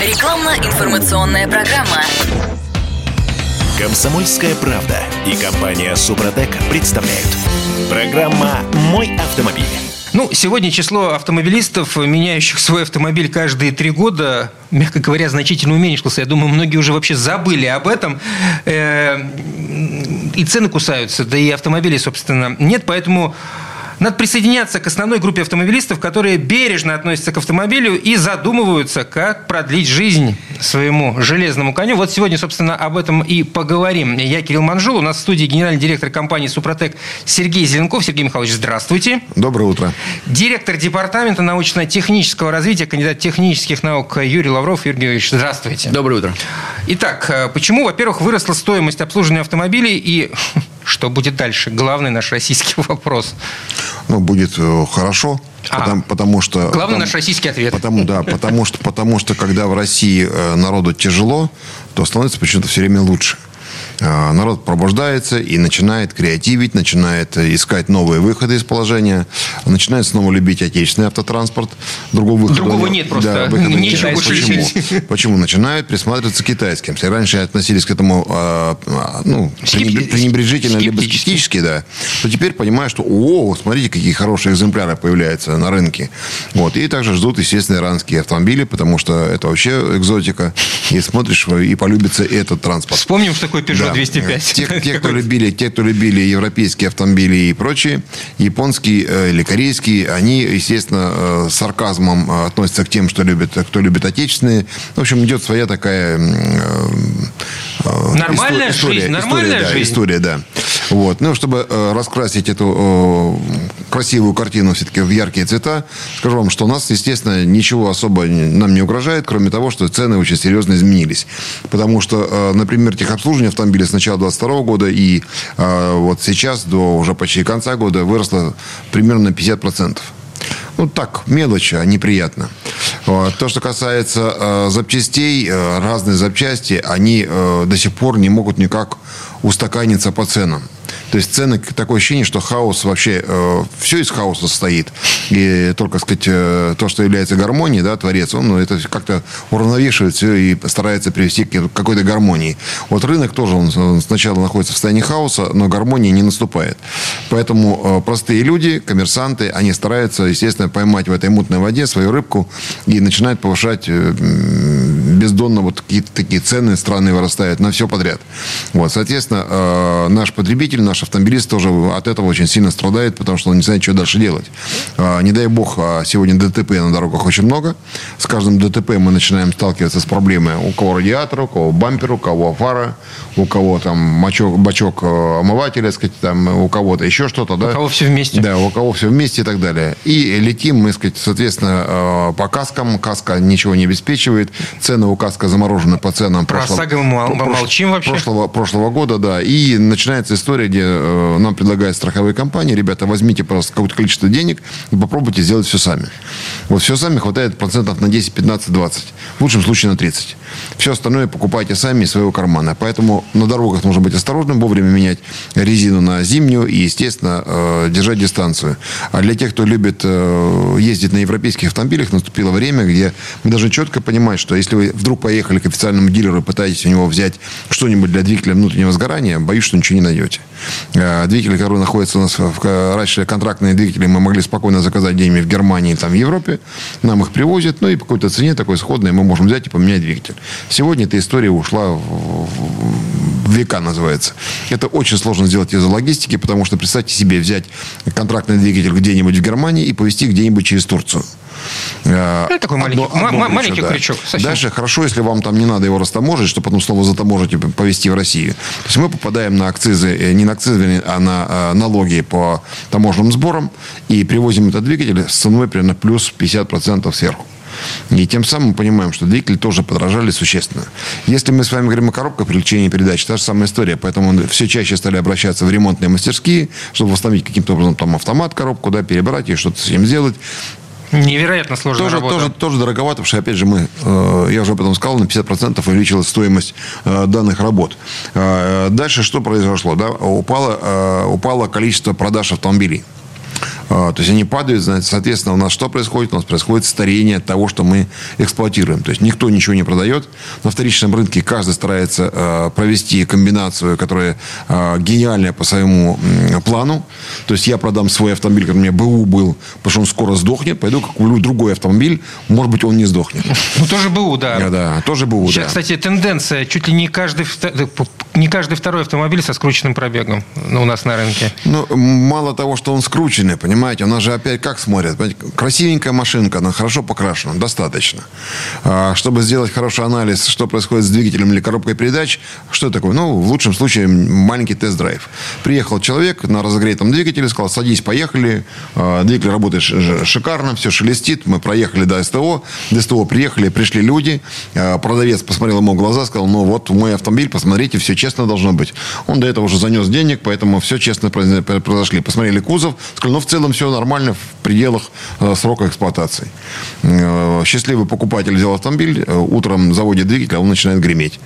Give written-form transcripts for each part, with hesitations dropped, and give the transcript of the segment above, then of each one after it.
Рекламно-информационная программа. «Комсомольская правда» и компания «Супротек» представляют. Программа «Мой автомобиль». Сегодня число автомобилистов, меняющих свой автомобиль каждые 3 года, мягко говоря, значительно уменьшилось. Я думаю, многие уже вообще забыли об этом. И цены кусаются, да и автомобилей, собственно, нет. Поэтому надо присоединяться к основной группе автомобилистов, которые бережно относятся к автомобилю и задумываются, как продлить жизнь своему железному коню. Вот сегодня, собственно, об этом и поговорим. Я Кирилл Манжул. У нас в студии генеральный директор компании «Супротек» Сергей Зеленков. Сергей Михайлович, здравствуйте. Доброе утро. Директор департамента научно-технического развития, кандидат технических наук Юрий Лавров. Юрий Георгиевич, здравствуйте. Доброе утро. Итак, почему, во-первых, выросла стоимость обслуживания автомобилей и что будет дальше? Главный наш российский вопрос. Будет хорошо, потому что... Главный наш российский ответ. Потому что когда в России народу тяжело, то становится почему-то все время лучше. Народ пробуждается и начинает креативить, начинает искать новые выходы из положения, начинает снова любить отечественный автотранспорт. Другого нет просто. Нечего больше любить. Почему? Начинают присматриваться к китайским. Если раньше относились к этому пренебрежительно либо скептически, то теперь понимают, что смотрите, какие хорошие экземпляры появляются на рынке. И также ждут, естественно, иранские автомобили, потому что это вообще экзотика. И смотришь, и полюбится этот транспорт. Вспомним, что такое Peugeot 205. Те, кто любили европейские автомобили и прочие, японские или корейские, они, естественно, с сарказмом относятся к тем, кто любит отечественные. В общем, идет своя такая нормальная жизнь. История, да. Чтобы раскрасить эту красивую картину все-таки в яркие цвета, скажу вам, что у нас, естественно, ничего особо нам не угрожает, кроме того, что цены очень серьезно изменились. Потому что, например, техобслуживание автомобиля с начала 2022 года и вот сейчас до уже почти конца года выросло примерно на 50%. Так, мелочь, а неприятно. То, что касается запчастей, разные запчасти, они до сих пор не могут никак устаканиться по ценам. То есть цены, такое ощущение, что хаос вообще, все из хаоса состоит. И только, сказать, то, что является гармонией, творец, он это как-то уравновешивает все и старается привести к какой-то гармонии. Рынок тоже, он сначала находится в состоянии хаоса, но гармонии не наступает. Поэтому простые люди, коммерсанты, они стараются, естественно, поймать в этой мутной воде свою рыбку и начинают повышать бездонно какие-то такие цены странные вырастают на все подряд. Соответственно, наш потребитель, наш автомобилист тоже от этого очень сильно страдает, потому что он не знает, что дальше делать. Не дай бог, сегодня ДТП на дорогах очень много. С каждым ДТП мы начинаем сталкиваться с проблемой. У кого радиатор, у кого бампер, у кого фара, у кого бачок омывателя, у кого-то еще что-то. У кого все вместе. Да, у кого все вместе и так далее. И летим мы, соответственно, по каскам. Каска ничего не обеспечивает. Цены у каска заморожены по ценам про ОСАГО мы молчим вообще. Прошлого года, да. И начинается история, где нам предлагают страховые компании: ребята, возьмите просто какое-то количество денег и попробуйте сделать все сами. Все сами хватает процентов на 10, 15, 20. В лучшем случае на 30. Все остальное покупайте сами из своего кармана. Поэтому на дорогах нужно быть осторожным, вовремя менять резину на зимнюю и, естественно, держать дистанцию. А для тех, кто любит ездить на европейских автомобилях, наступило время, где мы должны четко понимать, что если вы вдруг поехали к официальному дилеру и пытаетесь у него взять что-нибудь для двигателя внутреннего сгорания, боюсь, что ничего не найдете. Двигатели, которые находятся у нас раньше контрактные двигатели, мы могли спокойно заказать где-нибудь в Германии, в Европе. Нам их привозят, и по какой-то цене такой сходной мы можем взять и поменять двигатель. Сегодня эта история ушла в века, называется. Это очень сложно сделать из-за логистики, потому что представьте себе взять контрактный двигатель где-нибудь в Германии и повезти где-нибудь через Турцию. Это такой маленький крючок. Дальше хорошо, если вам там не надо его растаможить, чтобы потом снова затаможить и повезти в Россию. То есть мы попадаем на акцизы, не на акцизы, а на налоги по таможенным сборам и привозим этот двигатель с ценой примерно плюс 50% сверху. И тем самым мы понимаем, что двигатели тоже подорожали существенно. Если мы с вами говорим о коробках переключения передач, та же самая история. Поэтому все чаще стали обращаться в ремонтные мастерские, чтобы восстановить каким-то образом автомат, коробку, перебрать и что-то с ним сделать. Невероятно сложная работа. Тоже дороговато, потому что, опять же, я уже об этом сказал, на 50% увеличилась стоимость данных работ. Дальше что произошло? Упало количество продаж автомобилей. То есть они падают, знаете, соответственно, у нас что происходит? У нас происходит старение того, что мы эксплуатируем. То есть никто ничего не продает. На вторичном рынке каждый старается провести комбинацию, которая гениальная по своему плану. То есть я продам свой автомобиль, который у меня БУ был, потому что он скоро сдохнет, пойду куплю другой автомобиль, может быть, он не сдохнет. Ну, тоже БУ, да. Да, тоже БУ, сейчас, кстати, тенденция. Чуть ли не каждый второй автомобиль со скрученным пробегом у нас на рынке. Ну, мало того, что он скрученный, понимаете, у нас же опять как смотрят. Красивенькая машинка, она хорошо покрашена, достаточно. Чтобы сделать хороший анализ, что происходит с двигателем или коробкой передач, что такое? Ну, в лучшем случае, маленький тест-драйв. Приехал человек на разогретом двигателе, сказал, садись, поехали. Двигатель работает шикарно, все шелестит. Мы проехали до СТО. До СТО приехали, пришли люди. Продавец посмотрел ему в глаза, сказал, ну, вот мой автомобиль, посмотрите, все честно должно быть. Он до этого уже занес денег, поэтому все честно произошли. Посмотрели кузов, сказали, ну, в целом все нормально, в пределах срока эксплуатации. Счастливый покупатель взял автомобиль, утром заводит двигатель, а он начинает греметь.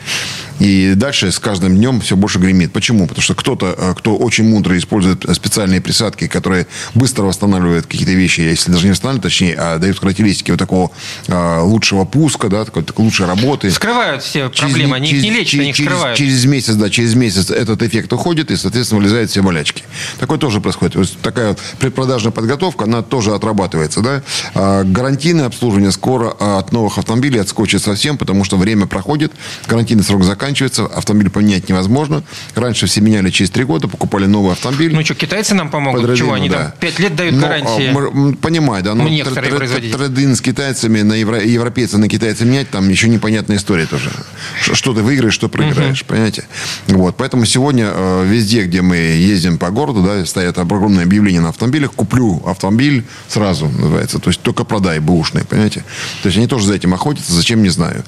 И дальше с каждым днем все больше гремит. Почему? Потому что кто-то, кто очень мудро использует специальные присадки, которые быстро восстанавливают какие-то вещи, если даже не восстанавливают, точнее, а дают характеристики вот такого лучшего пуска, да, такой лучшей работы. Скрывают все проблемы, они их не лечат, они их скрывают. Через месяц этот эффект уходит, и, соответственно, вылезают все болячки. Такое тоже происходит. То есть такая предпродажная подготовка, она тоже отрабатывается. Да? Гарантийное обслуживание скоро от новых автомобилей отскочит совсем, потому что время проходит, гарантийный срок заканчивается, автомобиль поменять невозможно. Раньше все меняли через 3 года, покупали новый автомобиль. Ну что, китайцы нам помогут? Чего, они там 5 лет дают гарантии? Понимаю, да. Но некоторые производители. Трейд-ин с китайцами, на европейца на китайца менять, там еще непонятная история тоже. Что ты выиграешь, что проиграешь, понимаете? Вот. Поэтому сегодня везде, где мы ездим по городу, да, стоят огромные объявления на автомобилях. Куплю автомобиль сразу, называется. То есть только продай бэушный, понимаете? То есть они тоже за этим охотятся, зачем, не знаю.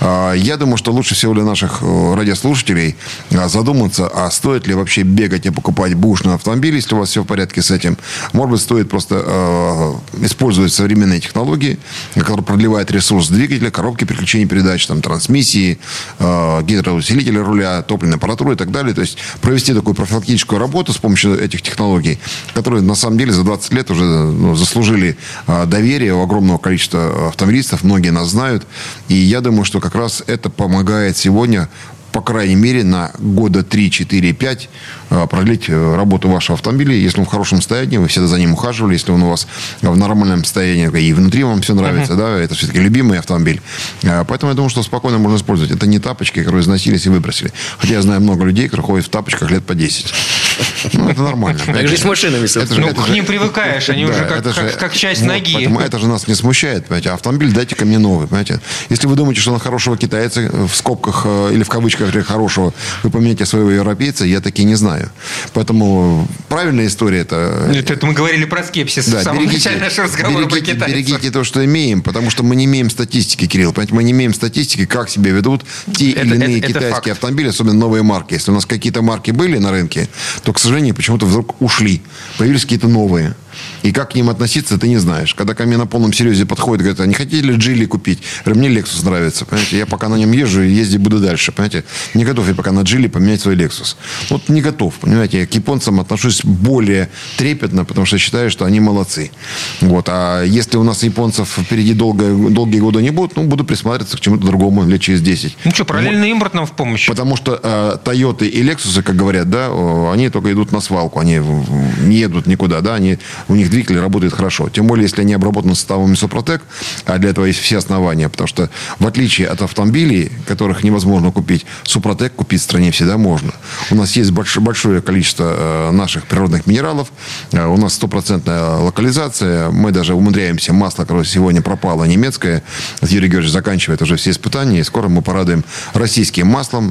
Я думаю, что лучше всего для наших радиослушателей задуматься, а стоит ли вообще бегать и покупать бэушный автомобиль, если у вас все в порядке с этим. Может быть, стоит просто использовать современные технологии, которые продлевают ресурс двигателя, коробки переключения передач, там, трансмиссии, гидроусилителя руля, топливной аппаратуры и так далее. То есть провести такую профилактическую работу с помощью этих технологий, которые на самом деле за 20 лет уже заслужили доверие у огромного количества автомобилистов. Многие нас знают. И я думаю, что как раз это помогает сегодня, по крайней мере, на года 3, 4, 5 продлить работу вашего автомобиля. Если он в хорошем состоянии, вы всегда за ним ухаживали. Если он у вас в нормальном состоянии, и внутри вам все нравится, да, это все-таки любимый автомобиль. Поэтому я думаю, что спокойно можно использовать. Это не тапочки, которые износились и выбросили. Хотя я знаю много людей, которые ходят в тапочках лет по 10. Ну, это нормально. Так же и с машинами. Ну, к ним привыкаешь, они уже как часть ноги. Поэтому это же нас не смущает, понимаете. Автомобиль дайте ко мне новый, понимаете. Если вы думаете, что на хорошего китайца, в скобках или в кавычках хорошего, вы поменяете своего европейца, я таки не знаю. Поэтому правильная история это... Это мы говорили про скепсис в самом начале нашего разговора про китайцев. Берегите то, что имеем, потому что мы не имеем статистики, Кирилл. Понимаете, мы не имеем статистики, как себя ведут те или иные китайские автомобили, особенно новые марки. Если у нас какие-то марки были на рынке, то, к сожалению, почему-то вдруг ушли. Появились какие-то новые. И как к ним относиться, ты не знаешь. Когда ко мне на полном серьезе подходят, говорят, а не хотите ли Джили купить? Я говорю, мне Lexus нравится. Понимаете? Я пока на нем езжу и ездить буду дальше. Понимаете? Не готов я пока на Джили поменять свой Lexus. Вот не готов. Понимаете? Я к японцам отношусь более трепетно, потому что считаю, что они молодцы. Вот. А если у нас японцев впереди долгие годы не будут, буду присматриваться к чему-то другому лет через 10. Ну что, параллельный импорт нам в помощь. Потому что Toyota и Lexus, как говорят, да, они только идут на свалку. Они не едут никуда, да, у них двигатель работает хорошо. Тем более, если они обработаны составами Супротек, а для этого есть все основания. Потому что, в отличие от автомобилей, которых невозможно купить, Супротек купить в стране всегда можно. У нас есть большое количество наших природных минералов. У нас 100% локализация. Мы даже умудряемся масло, которое сегодня пропало, немецкое. Юрий Георгиевич заканчивает уже все испытания. И скоро мы порадуем российским маслом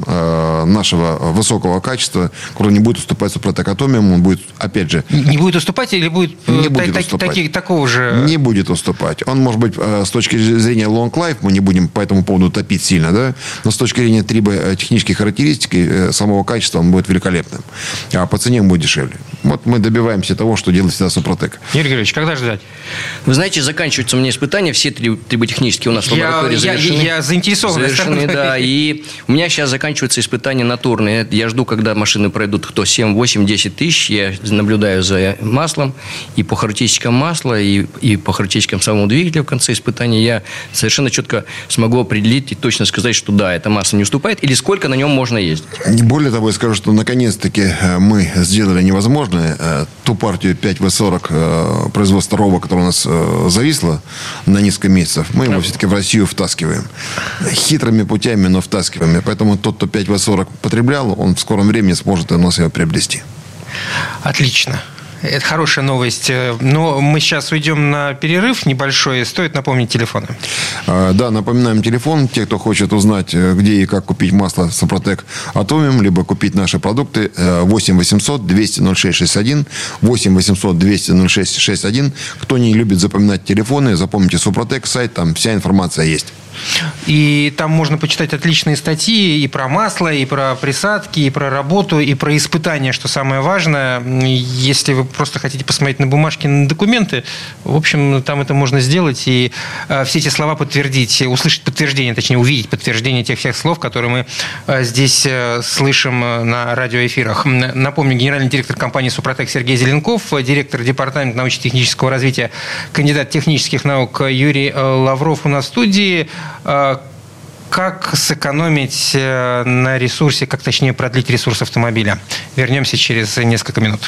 нашего высокого качества, который не будет уступать Супротек Атомиум. Он будет, опять же... Не будет уступать или будет... Не будет уступать. Такого же... Не будет уступать. Он, может быть, с точки зрения long life, мы не будем по этому поводу топить сильно, да, но с точки зрения триботехнических характеристик и самого качества он будет великолепным. А по цене он будет дешевле. Вот мы добиваемся того, что делает всегда Супротек. Юрий Григорьевич, когда ждать? Вы знаете, заканчиваются у меня испытания, все триботехнические у нас в лаборатории завершены. Я заинтересован. Завершены, да. И у меня сейчас заканчиваются испытания натурные. Я жду, когда машины пройдут кто 7, 8, 10 тысяч. Я наблюдаю за маслом и по характеристикам масла, и по характеристикам самого двигателя в конце испытания. Я совершенно четко смогу определить и точно сказать, что да, это масло не уступает, или сколько на нем можно ездить. Более того, я скажу, что наконец-таки мы сделали невозможное. Ту партию 5В40 производства РОВа, которая у нас зависла на несколько месяцев, мы его все-таки в Россию втаскиваем. Хитрыми путями, но втаскиваем. Поэтому тот, кто 5В40 потреблял, он в скором времени сможет у нас его приобрести. Отлично. Это хорошая новость. Но мы сейчас уйдем на перерыв небольшой. Стоит напомнить телефоны. Да, напоминаем телефон. Те, кто хочет узнать, где и как купить масло Супротек Атомиум, либо купить наши продукты, 8 800 200 0661, 8 800 200 0661. Кто не любит запоминать телефоны, запомните Супротек, сайт, там вся информация есть. И там можно почитать отличные статьи и про масло, и про присадки, и про работу, и про испытания, что самое важное. Если вы просто хотите посмотреть на бумажки, на документы, в общем, там это можно сделать и все эти слова подтвердить, услышать подтверждение, точнее, увидеть подтверждение тех всех слов, которые мы здесь слышим на радиоэфирах. Напомню, генеральный директор компании «Супротек» Сергей Зеленков, директор департамента научно-технического развития, кандидат технических наук Юрий Лавров у нас в студии. Как сэкономить на ресурсе, как точнее продлить ресурс автомобиля? Вернемся через несколько минут.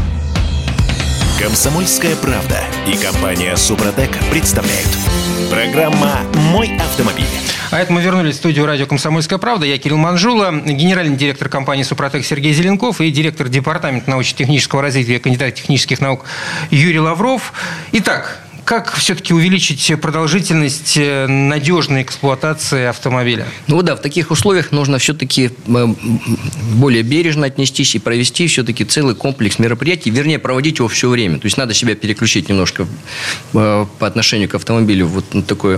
«Комсомольская правда» и компания «Супротек» представляют. Программа «Мой автомобиль». А это мы вернулись в студию радио «Комсомольская правда». Я Кирилл Манжула, генеральный директор компании «Супротек» Сергей Зеленков и директор департамента научно-технического развития, кандидат технических наук Юрий Лавров. Итак, как все-таки увеличить продолжительность надежной эксплуатации автомобиля? Ну да, в таких условиях нужно все-таки более бережно отнестись и провести все-таки целый комплекс мероприятий, вернее, проводить его все время. То есть надо себя переключить немножко по отношению к автомобилю вот на такое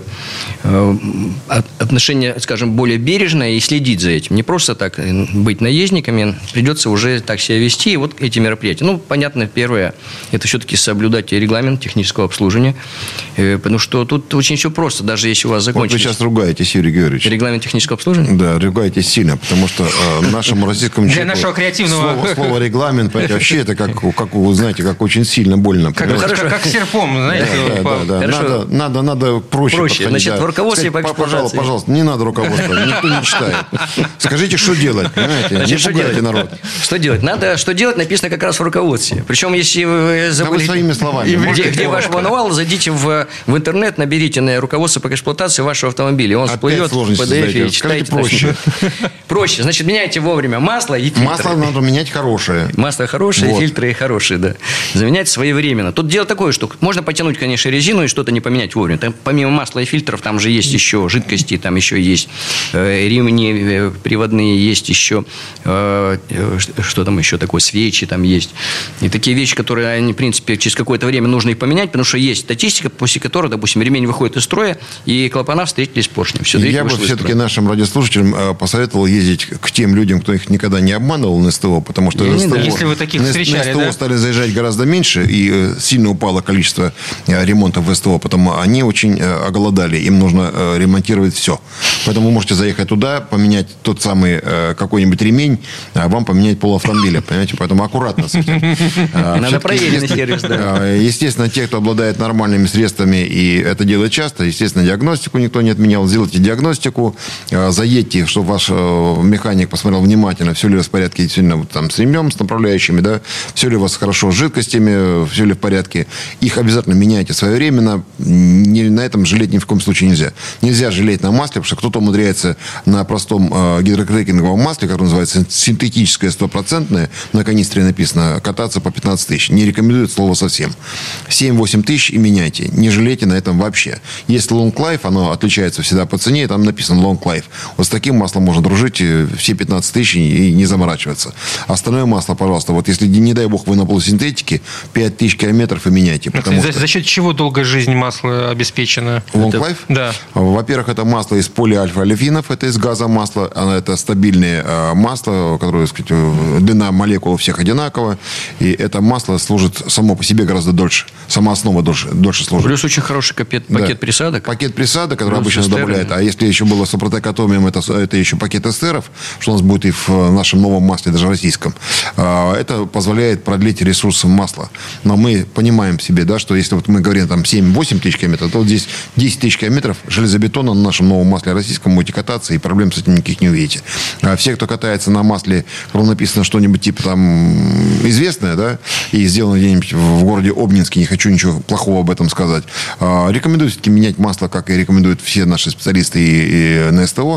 отношение, скажем, более бережное и следить за этим. Не просто так быть наездниками, придется уже так себя вести. И вот эти мероприятия. Ну, понятно, первое, это все-таки соблюдать регламент технического обслуживания. Потому что тут очень все просто, даже если у вас закончились... Вот вы сейчас ругаетесь, Юрий Георгиевич. Регламент технического обслуживания? Да, ругаетесь сильно, потому что нашему российскому человеку... Для нашего креативного... Слово «регламент», понимаете, вообще это как, вы знаете, как очень сильно больно. Как серпом, знаете. Да. Надо проще подходить. Значит, в руководстве по эксплуатации... Пожалуйста, не надо руководства, никто не читает. Скажите, что делать, понимаете? Не пугайте народ. Что делать? Надо, что делать, написано как раз в руководстве. Причем, если вы забыли... Да вы своими словами. Где ваш мануал, зайдите в интернет, наберите на руководство по эксплуатации вашего автомобиля. Он всплывет в PDF и читайте. Проще. Проще. Значит, меняйте вовремя масло и фильтры. Масло надо менять хорошее. Масло хорошее, вот. Фильтры хорошие, да. Заменять своевременно. Тут дело такое, что можно потянуть, конечно, резину и что-то не поменять вовремя. Там, помимо масла и фильтров, там же есть еще жидкости, там еще есть ремни приводные, есть еще что там еще такое, свечи там есть. И такие вещи, которые, они, в принципе, через какое-то время нужно их поменять, потому что есть статистика, после которой, допустим, ремень выходит из строя, и клапана встретились с поршнем. Все, я бы все-таки нашим радиослушателям посоветовал ездить к тем людям, кто их никогда не обманывал на СТО, потому что если вы таких встречали, на СТО стали заезжать гораздо меньше, и сильно упало количество ремонтов в СТО, потому они очень оголодали, им нужно ремонтировать все. Поэтому вы можете заехать туда, поменять тот самый какой-нибудь ремень, а вам поменять полуавтомобиля, понимаете? Поэтому аккуратно с этим. Надо проверенный сервис, да. Естественно, те, кто обладает нормальными средствами и это делает часто, естественно, диагностику никто не отменял. Сделайте диагностику, заедьте, чтобы ваш механик посмотрел внимательно, все ли в порядке действительно там, с ремнем, с направляющими, да, все ли у вас хорошо с жидкостями, все ли в порядке. Их обязательно меняйте своевременно. На этом жалеть ни в коем случае нельзя. Нельзя жалеть на масле, потому что кто-то умудряется на простом гидрокрекинговом масле, которое называется синтетическое 100%, на канистре написано, кататься по 15 тысяч. Не рекомендуют слово совсем. 7-8 тысяч и менять меняйте. Не жалейте на этом вообще. Есть Long Life, оно отличается всегда по цене, там написано Long Life. Вот с таким маслом можно дружить все 15 тысяч и не заморачиваться. Остальное масло, пожалуйста, вот если, не дай бог, вы на полусинтетике, 5000 километров и меняйте. За счет чего долгая жизнь масла обеспечена? Long Life? Да. Во-первых, это масло из полиальфа-олефинов, это из газа масло, это стабильное масло, которое, так сказать, длина молекул у всех одинакова, и это масло служит само по себе гораздо дольше. Сама основа дольше служит. Плюс очень хороший пакет присадок. Пакет присадок, который плюс обычно добавляет. А если еще было Супротек Атомиум, это еще пакет эстеров, что у нас будет и в нашем новом масле, даже российском. Это позволяет продлить ресурс масла. Но мы понимаем себе, да, что если вот мы говорим там 7-8 тысяч километров, то вот здесь 10 тысяч километров железобетона на нашем новом масле российском будете кататься, и проблем с этим никаких не увидите. А все, кто катается на масле, в котором написано что-нибудь типа там известное, да, и сделано где-нибудь в городе Обнинске, не хочу ничего плохого об этом сказать, рекомендую все-таки менять масло, как и рекомендуют все наши специалисты и на СТО.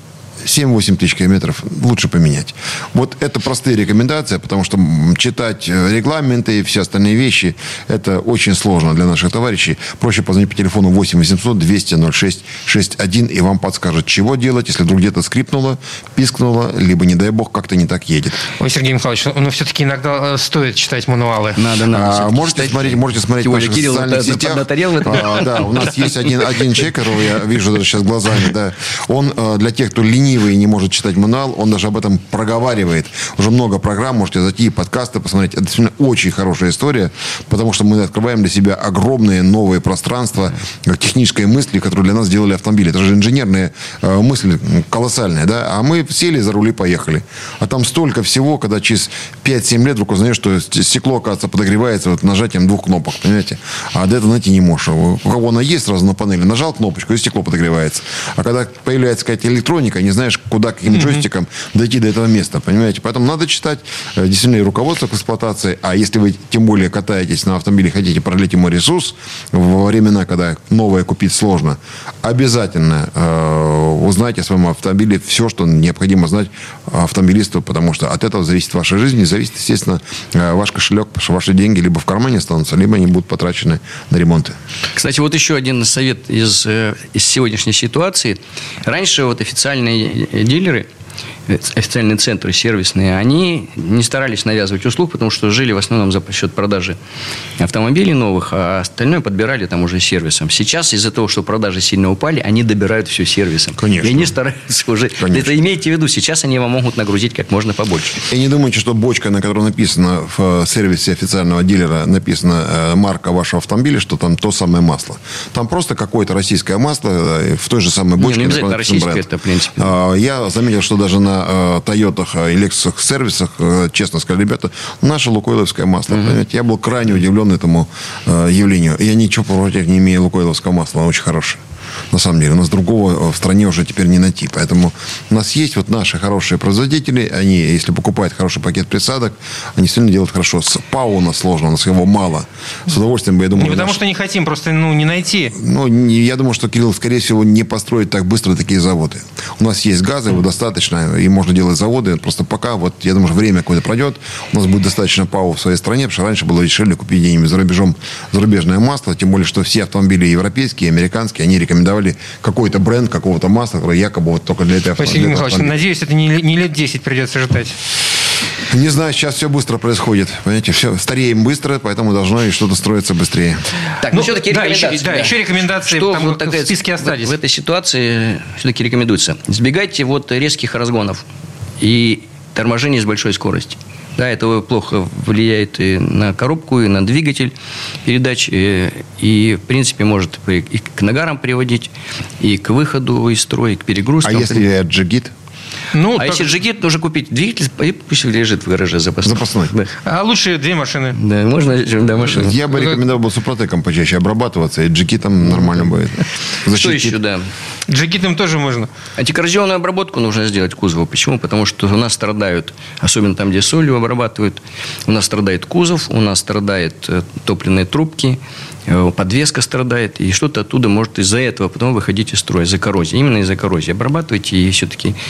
7-8 тысяч километров лучше поменять. Вот это простые рекомендации, потому что читать регламенты и все остальные вещи, это очень сложно для наших товарищей. Проще позвонить по телефону 8 800 200 06 61, и вам подскажут, чего делать, если вдруг где-то скрипнуло, пискнуло, либо, не дай бог, как-то не так едет. Ой, Сергей Михайлович, но все-таки иногда стоит читать мануалы. Надо. Можете смотреть в наших социальных сетях. Да, у нас есть один человек, которого я вижу даже сейчас глазами, да. Он для тех, кто ленивый и не может читать мануал, он даже об этом проговаривает. Уже много программ, можете зайти, подкасты посмотреть. Это действительно очень хорошая история, потому что мы открываем для себя огромные новые пространства технической мысли, которые для нас делали автомобили. Это же инженерная мысль колоссальная, да? А мы сели за руль и поехали. А там столько всего, когда через 5-7 лет вдруг узнаешь, что стекло, оказывается, подогревается вот нажатием 2 кнопок, понимаете? А до этого, знаете, не можешь. У кого она есть сразу на панели, нажал кнопочку, и стекло подогревается. А когда появляется какая-то электроника, не знаешь, куда, каким джойстиком дойти до этого места, понимаете? Поэтому надо читать действительно и руководство к эксплуатации. А если вы тем более катаетесь на автомобиле, хотите продлить ему ресурс во времена, когда новое купить сложно, обязательно узнайте о своем автомобиле все, что необходимо знать автомобилисту, потому что от этого зависит ваша жизнь, и зависит, естественно, ваш кошелек, потому что ваши деньги либо в кармане останутся, либо они будут потрачены на ремонты. Кстати, вот еще один совет из сегодняшней ситуации. Раньше вот официальные дилеры, официальные центры сервисные, они не старались навязывать услуг, потому что жили в основном за счет продажи автомобилей новых, а остальное подбирали там уже сервисом. Сейчас из-за того, что продажи сильно упали, они добирают все сервисом. Конечно. И они стараются уже... Конечно. Это имейте в виду, сейчас они вам могут нагрузить как можно побольше. И не думайте, что бочка, на которой написано в сервисе официального дилера, написана марка вашего автомобиля, что там то самое масло. Там просто какое-то российское масло в той же самой бочке. Не обязательно российское, это в принципе. Я заметил, что даже на Тойотах и Лексусах сервисах, честно сказали ребята, наше лукойловское масло. Понимаете? Я был крайне удивлен этому явлению. Я ничего против не имею лукойловского масла, оно очень хорошее. На самом деле, у нас другого в стране уже теперь не найти. Поэтому у нас есть вот наши хорошие производители. Они, если покупают хороший пакет присадок, они сильно делают хорошо. С ПАО у нас сложно, у нас его мало. С удовольствием бы, я думаю... Не потому что не хотим, просто не найти. Я думаю, что Кирилл, скорее всего, не построит так быстро такие заводы. У нас есть газа, его достаточно, и можно делать заводы. Просто пока, вот, я думаю, время какое-то пройдет, у нас будет достаточно ПАО в своей стране, потому что раньше было дешевле купить где-нибудь за рубежом зарубежное масло, тем более, что все автомобили европейские, американские, они рекомендовали какой-то бренд какого-то масла, который якобы вот только для этого. Василий Михайлович, надеюсь, это не лет 10 придется ждать. Не знаю, сейчас все быстро происходит. Понимаете, все стареем быстро, поэтому должно и что-то строиться быстрее. Так, все-таки рекомендации. Еще рекомендации, что там вот в списке остались. В этой ситуации все-таки рекомендуется. Избегайте вот резких разгонов и торможения с большой скоростью. Да, это плохо влияет и на коробку, и на двигатель передач. И, в принципе, может и к нагарам приводить, и к выходу из строя, и к перегрузкам. А если джигит? Если джигит, нужно купить двигатель, и пусть лежит в гараже запасной. Да. А лучше 2 машины. Да, можно 2 машины. Я бы рекомендовал Супротеком почаще обрабатываться, и джигитом нормально будет. Что еще, да? Джигитом тоже можно. Антикоррозионную обработку нужно сделать кузова. Почему? Потому что у нас страдают, особенно там, где солью обрабатывают, у нас страдает кузов, у нас страдают топливные трубки, подвеска страдает, и что-то оттуда может из-за этого потом выходить из строя, из-за коррозии. Именно из-за коррозии. Обрабатывайте, и все-таки это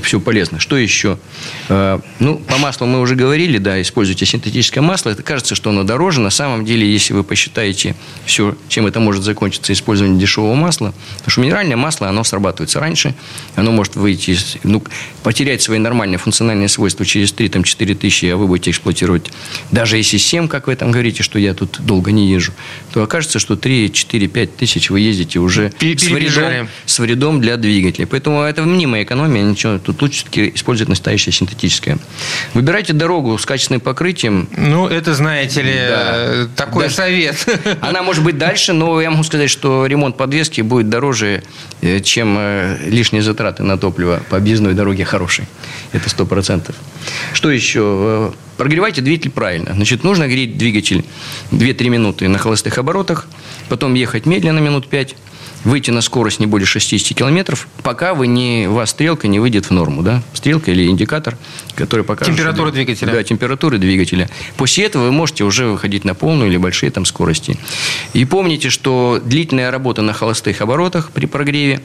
все полезно. Что еще? По маслу мы уже говорили, да, используйте синтетическое масло. Это кажется, что оно дороже. На самом деле, если вы посчитаете все, чем это может закончиться, использование дешевого масла, потому что минеральное масло, оно срабатывается раньше, оно может выйти, потерять свои нормальные функциональные свойства через 3-4 тысячи, а вы будете эксплуатировать, даже если 7, как вы там говорите, что я тут долго не езжу, то окажется, что 3-4-5 тысяч вы ездите уже с вредом для двигателя. Поэтому это мнимая экономия, ничего. Тут лучше все-таки использовать настоящее синтетическое. Выбирайте дорогу с качественным покрытием. Это, знаете ли, такой совет. Она может быть дальше, но я могу сказать, что ремонт подвески будет дороже, чем лишние затраты на топливо по объездной дороге хорошей. Это 100%. Что еще? Прогревайте двигатель правильно. Значит, нужно греть двигатель 2-3 минуты на холостых оборотах, потом ехать медленно минут 5, выйти на скорость не более 60 километров, пока у вас стрелка не выйдет в норму. Да? Стрелка или индикатор, который покажет... Температура двигателя. Да, температура двигателя. После этого вы можете уже выходить на полную или большие там скорости. И помните, что длительная работа на холостых оборотах при прогреве,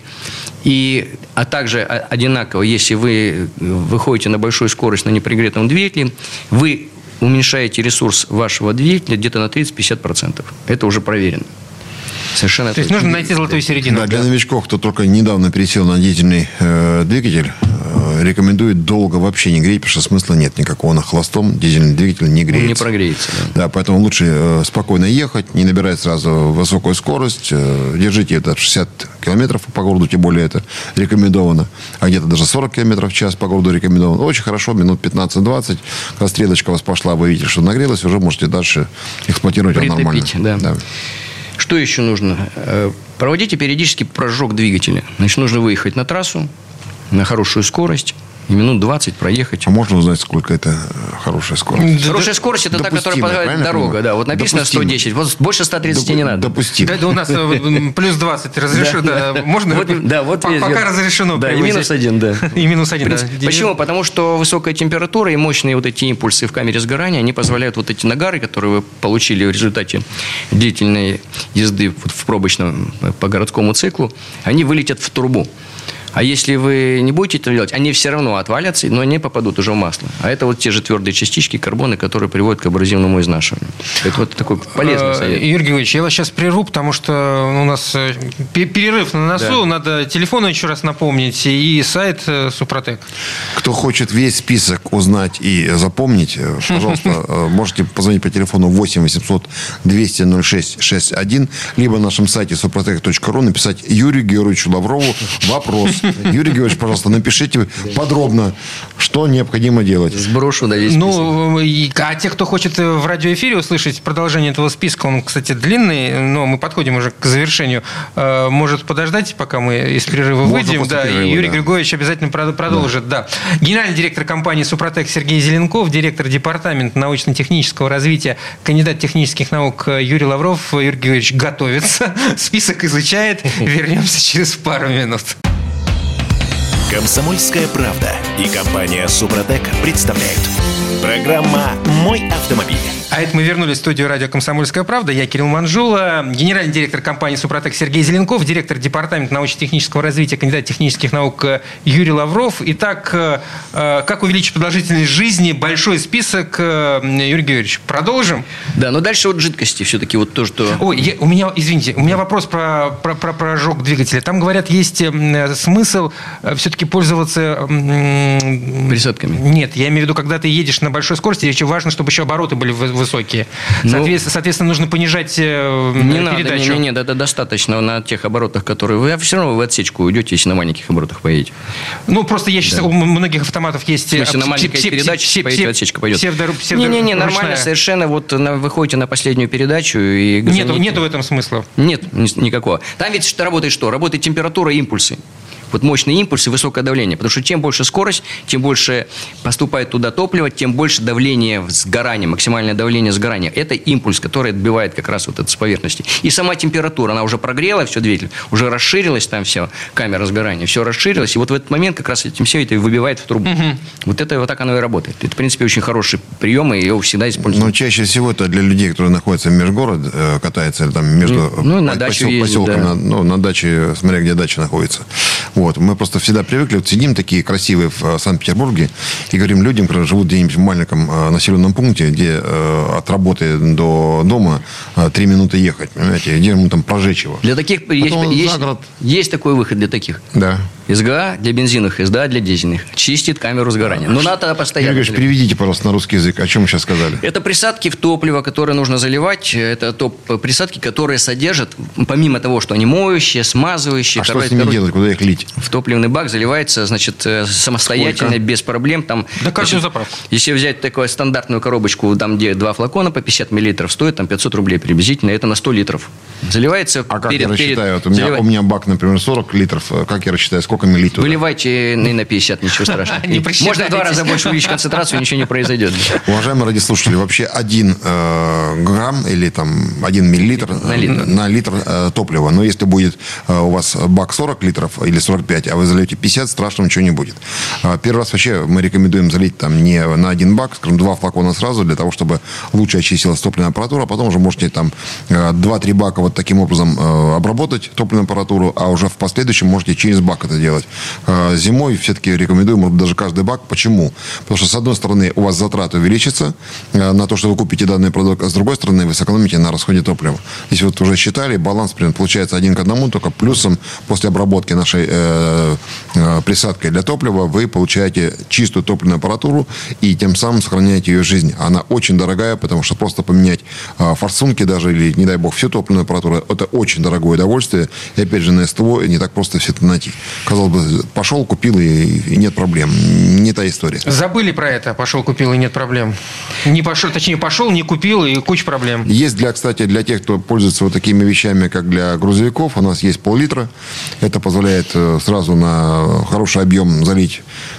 а также одинаково, если вы выходите на большую скорость на непригретом двигателе, вы уменьшаете ресурс вашего двигателя где-то на 30-50%. Это уже проверено. Совершенно. То есть нужно найти золотую середину. Да, для новичков, кто только недавно пересел на дизельный двигатель, рекомендуют долго вообще не греть, потому что смысла нет никакого. На холостом дизельный двигатель не греется. Он не прогреется. Да, поэтому лучше спокойно ехать, не набирать сразу высокую скорость. Держите это 60 километров по городу, тем более это рекомендовано. А где-то даже 40 километров в час по городу рекомендовано. Очень хорошо, минут 15-20. Когда стрелочка у вас пошла, вы видите, что нагрелась, уже можете дальше эксплуатировать его нормально. Да. Что еще нужно? Проводите периодический прожог двигателя. Значит, нужно выехать на трассу на хорошую скорость и минут 20 проехать. А можно узнать, сколько это хорошая скорость? Хорошая скорость – это та, которая позволяет дорога. Да, вот написано 110. Вот больше 130 не надо. Допустимо. Да, у нас плюс 20 разрешено. Можно? Пока разрешено. Да, и минус 1, да. И минус 1, да. Почему? Потому что высокая температура и мощные вот эти импульсы в камере сгорания, они позволяют вот эти нагары, которые вы получили в результате длительной езды в пробочном по городскому циклу, они вылетят в трубу. А если вы не будете это делать, они все равно отвалятся, но они попадут уже в масло. А это вот те же твердые частички, карбоны, которые приводят к абразивному изнашиванию. Это вот такой полезный совет. Юрий Георгиевич, я вас сейчас прерву, потому что у нас перерыв на носу. Да. Надо телефон еще раз напомнить и сайт Супротек. Кто хочет весь список узнать и запомнить, пожалуйста, можете позвонить по телефону 8 800 200 06 61, либо на нашем сайте suprotec.ru написать Юрию Георгиевичу Лаврову вопрос. Юрий Георгиевич, пожалуйста, напишите подробно, что необходимо делать. Сброшу, да, весь список. А те, кто хочет в радиоэфире услышать продолжение этого списка, он, кстати, длинный, но мы подходим уже к завершению, может подождать, пока мы из перерыва выйдем. Да, перерыва, и Юрий Григорьевич обязательно продолжит. Да. Генеральный директор компании «Супротек» Сергей Зеленков, директор департамента научно-технического развития, кандидат технических наук Юрий Лавров. Юрий Георгиевич готовится, список изучает. Вернемся через пару минут. «Комсомольская правда» и компания «Супротек» представляют. Программа «Мой автомобиль». А это мы вернулись в студию радио «Комсомольская правда». Я Кирилл Манжула, генеральный директор компании «Супротек» Сергей Зеленков, директор департамента научно-технического развития, кандидат технических наук Юрий Лавров. Итак, как увеличить продолжительность жизни? Большой список. Юрий Георгиевич, продолжим? Да, но дальше вот жидкости все-таки вот то, что... Ой, у меня вопрос про прожог двигателя. Там, говорят, есть смысл все-таки пользоваться... Присадками? Нет, я имею в виду, когда ты едешь на большой скорости, очень важно, чтобы еще обороты были высокие. Соответственно, нужно понижать передачу. Нет, это достаточно на тех оборотах, которые вы... Все равно вы в отсечку уйдете, если на маленьких оборотах поедете. Просто я сейчас... У многих автоматов есть... Если на маленькой передаче поедете, отсечка пойдет. Не, нормально совершенно. Вот вы выходите на последнюю передачу и... Нету в этом смысла? Нет, никакого. Там ведь работает что? Работает температура и импульсы. Вот мощные импульсы, высокое давление. Потому что чем больше скорость, тем больше поступает туда топливо, тем больше давление сгорания, максимальное давление сгорания. Это импульс, который отбивает как раз вот это с поверхности. И сама температура, она уже прогрела, все двигатель, уже расширилась там все, камера сгорания, все расширилось. И вот в этот момент как раз этим все это выбивает в трубу. Вот так оно и работает. Это, в принципе, очень хороший прием, и его всегда используют. Но чаще всего это для людей, которые находятся в межгород, катаются там между на дачу поселками, ездят, да. на даче, смотря где дача находится. Вот. Мы просто всегда привыкли, вот сидим такие красивые в Санкт-Петербурге и говорим людям, которые живут где-нибудь в маленьком населенном пункте, где от работы до дома 3 минуты ехать, понимаете, где ему там прожечь его. Для таких есть такой выход для таких. Да. СГА для бензиновых, СДА для дизельных. Чистит камеру сгорания. Но надо постоянно. Юрий Григорьевич, переведите, пожалуйста, на русский язык. О чем мы сейчас сказали? Это присадки в топливо, которое нужно заливать. Это присадки, которые содержат, помимо того, что они моющие, смазывающие. А что с ними делать? Куда их лить? В топливный бак заливается, значит, самостоятельно, Сколько? без проблем. Там, Да каждую заправку. Если взять такую стандартную коробочку, там, где 2 флакона по 50 миллилитров, стоит там 500 рублей приблизительно. Это на 100 литров. Заливается А как я рассчитаю? Вот у меня бак, например, 40 литров. Как я рассчитаю, сколько миллилитров? Выливайте на 50, ничего страшного. Можно в 2 раза больше увеличить концентрацию, ничего не произойдет. Уважаемые радиослушатели, вообще 1 грамм или там 1 миллилитр на литр топлива. Но если будет у вас бак 40 литров или 45, а вы зальете 50, страшного ничего не будет. Первый раз вообще мы рекомендуем залить там не на 1 бак, скажем, 2 флакона сразу, для того, чтобы лучше очистилась топливная аппаратура. А потом уже можете там 2-3 бака вот таким образом обработать топливную аппаратуру, а уже в последующем можете через бак это делать. Зимой все-таки рекомендуем, может быть, даже каждый бак. Почему? Потому что, с одной стороны, у вас затраты увеличатся на то, что вы купите данный продукт, а с другой стороны, вы сэкономите на расходе топлива. Если вот уже считали, баланс примерно получается 1 к 1, только плюсом после обработки нашей присадкой для топлива вы получаете чистую топливную аппаратуру и тем самым сохраняете ее жизнь. Она очень дорогая, потому что просто поменять форсунки даже или, не дай бог, всю топливную аппаратуру, это очень дорогое удовольствие. И опять же, на СТО не так просто все это найти. Казалось бы, пошел, купил и нет проблем. Не та история. Забыли про это. Пошел, купил и нет проблем. Не пошел, точнее, пошел, не купил и куча проблем. Есть, кстати, для тех, кто пользуется вот такими вещами, как для грузовиков, у нас есть пол-литра. Это позволяет сразу на хороший объем залить.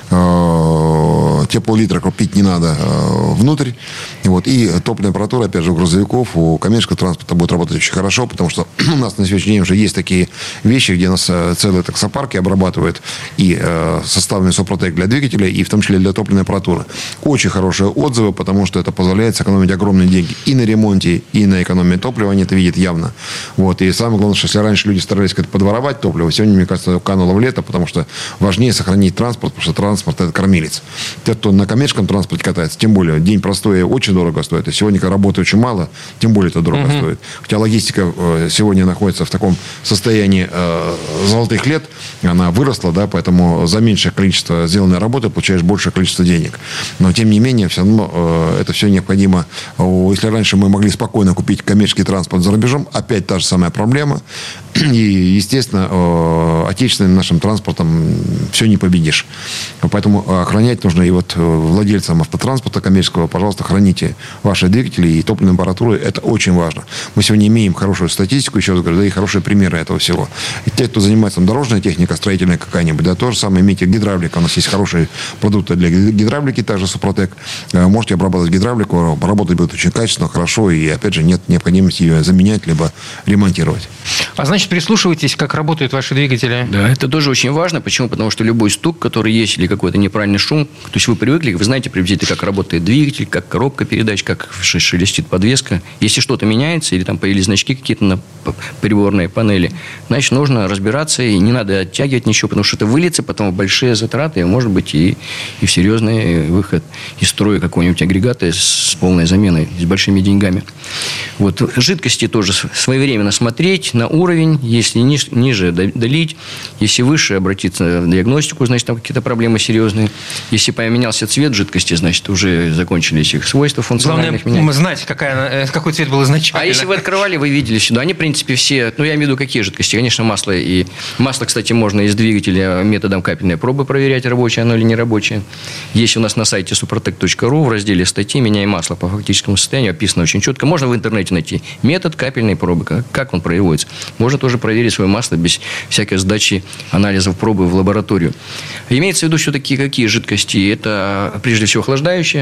Те пол-литра купить не надо внутрь. Вот. И топливная аппаратура, опять же, у грузовиков, у коммерческого транспорта будет работать очень хорошо, потому что у нас на сегодняшний день уже есть такие вещи, где у нас целые таксопарки обрабатывают и составами Супротек для двигателя, и в том числе для топливной аппаратуры. Очень хорошие отзывы, потому что это позволяет сэкономить огромные деньги и на ремонте, и на экономии топлива. Они это видят явно. Вот. И самое главное, что если раньше люди старались как-то подворовать топливо, сегодня, мне кажется, кануло в лето, потому что важнее сохранить транспорт, потому что транспорт – это кормилец. Те, кто на коммерческом транспорте катается, тем более день простой очень дорого стоит. И сегодня, когда работы очень мало, тем более это дорого стоит. Хотя логистика сегодня находится в таком состоянии золотых лет, она выросла, да, поэтому за меньшее количество сделанной работы получаешь большее количество денег. Но, тем не менее, все равно это все необходимо. Если раньше мы могли спокойно купить коммерческий транспорт за рубежом, опять та же самая проблема. И, естественно, отечественным нашим транспортом все не победишь. Поэтому охранять нужно. И вот владельцам автотранспорта коммерческого, пожалуйста, храните ваши двигатели и топливную аппаратуру. Это очень важно. Мы сегодня имеем хорошую статистику, еще раз говорю, да, и хорошие примеры этого всего. И те, кто занимается дорожной техникой, строительная какая-нибудь, да, то же самое, имейте гидравлика. У нас есть хорошие продукты для гидравлики, также Супротек. Можете обрабатывать гидравлику, работать будет очень качественно, хорошо, и, опять же, нет необходимости ее заменять, либо ремонтировать. А значит, прислушивайтесь, как работают ваши двигатели. Да, это тоже очень важно. Почему? Потому что любой стук, который есть, или какой-то неправильный шум, то есть вы привыкли, вы знаете приблизительно, как работает двигатель, как коробка передач, как шелестит подвеска. Если что-то меняется, или там появились значки какие-то на приборной панели, значит, нужно разбираться, и не надо оттягивать ничего, потому что это выльется потом в большие затраты, и, может быть, и в серьезный выход из строя какого-нибудь агрегата с полной заменой, с большими деньгами. Вот. Жидкости тоже своевременно смотреть на уровень, если ниже долить, если выше обратиться в диагностику, значит, там какие-то проблемы серьезные. Если поменялся цвет жидкости, значит, уже закончились их свойства функциональных. Главное знать, какой цвет был изначально. А если вы открывали, вы видели сюда, они, в принципе, все, я имею в виду, какие жидкости, конечно, масло. И масло, кстати, можно из двигателя методом капельной пробы проверять, рабочее оно или не рабочее. Есть у нас на сайте suprotec.ru в разделе статьи «Меняем масло по фактическому состоянию», описано очень четко. Можно в интернете найти метод капельной пробы, как он производится. Можно тоже проверить свое масло без всякой сдачи анализов пробы в лабораторию. Имеется в виду все-таки какие жидкости. Это, прежде всего, охлаждающие.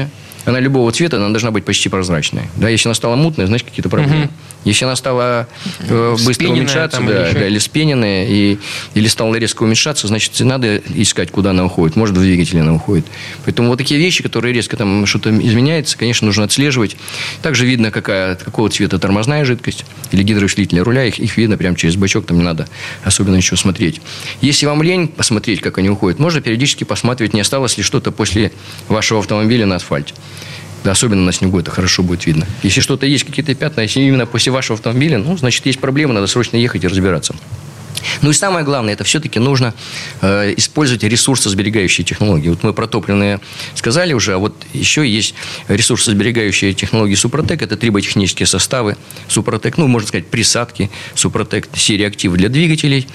она любого цвета, она должна быть почти прозрачная. Да, если она стала мутная, значит, какие-то проблемы. Если она стала быстро уменьшаться, или спененная, или стала резко уменьшаться, значит, надо искать, куда она уходит. Может, в двигателе она уходит. Поэтому вот такие вещи, которые резко там что-то изменяется, конечно, нужно отслеживать. Также видно, какого цвета тормозная жидкость или гидроусилитель руля. Их видно прямо через бачок, там не надо особенно ничего смотреть. Если вам лень посмотреть, как они уходят, можно периодически посматривать, не осталось ли что-то после вашего автомобиля на асфальте. Да, особенно на снегу это хорошо будет видно. Если что-то есть, какие-то пятна, если именно после вашего автомобиля, значит, есть проблема, надо срочно ехать и разбираться. Ну и самое главное, это все-таки нужно использовать ресурсосберегающие технологии. Вот мы про топливные сказали уже, а вот еще есть ресурсосберегающие технологии Супротек. Это триботехнические составы Супротек, можно сказать, присадки Супротек, серия активов для двигателей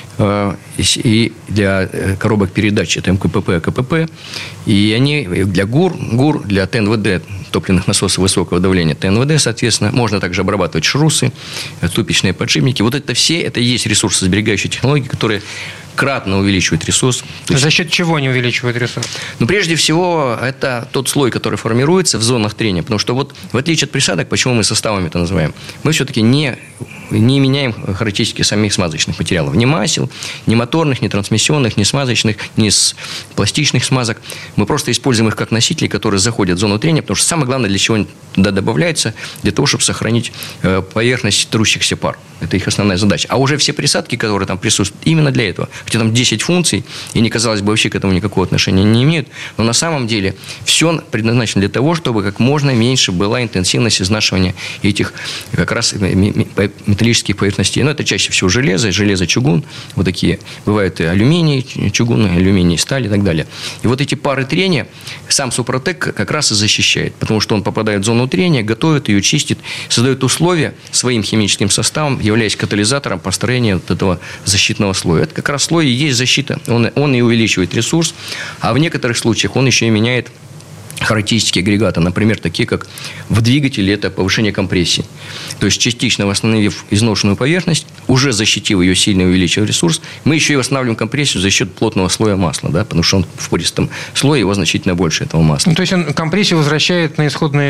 и для коробок передач. Это МКПП, КПП. И они для ГУР, для ТНВД, топливных насосов высокого давления, ТНВД, соответственно. Можно также обрабатывать шрусы, ступичные подшипники. Вот это все, это и есть ресурсосберегающие технологии, которые кратно увеличивают ресурс. За счет чего они увеличивают ресурс? Прежде всего, это тот слой, который формируется в зонах трения. Потому что вот в отличие от присадок, почему мы составами это называем, мы все-таки не меняем характеристики самих смазочных материалов. Ни масел, ни моторных, ни трансмиссионных, ни смазочных, ни пластичных смазок. Мы просто используем их как носители, которые заходят в зону трения, потому что самое главное, для чего они туда добавляются, для того, чтобы сохранить поверхность трущихся пар. Это их основная задача. А уже все присадки, которые там присутствуют, именно для этого. Хотя там 10 функций, и не казалось бы, вообще к этому никакого отношения не имеют. Но на самом деле все предназначено для того, чтобы как можно меньше была интенсивность изнашивания этих как раз металлических поверхностей. Это чаще всего железо, чугун. Вот такие. Бывают и алюминий, чугун, алюминий, сталь и так далее. И вот эти пары трения сам Супротек как раз и защищает. Потому что он попадает в зону трения, готовит ее, чистит, создает условия своим химическим составом, являясь катализатором построения вот этого защитного слоя. Это как раз слой и есть защита. Он и увеличивает ресурс, а в некоторых случаях он еще и меняет характеристики агрегата, например, такие как в двигателе это повышение компрессии. То есть частично восстановив изношенную поверхность, уже защитив ее, сильно увеличив ресурс, мы еще и восстанавливаем компрессию за счет плотного слоя масла, да, потому что он в пористом слое, его значительно больше этого масла. То есть он компрессию возвращает на исходные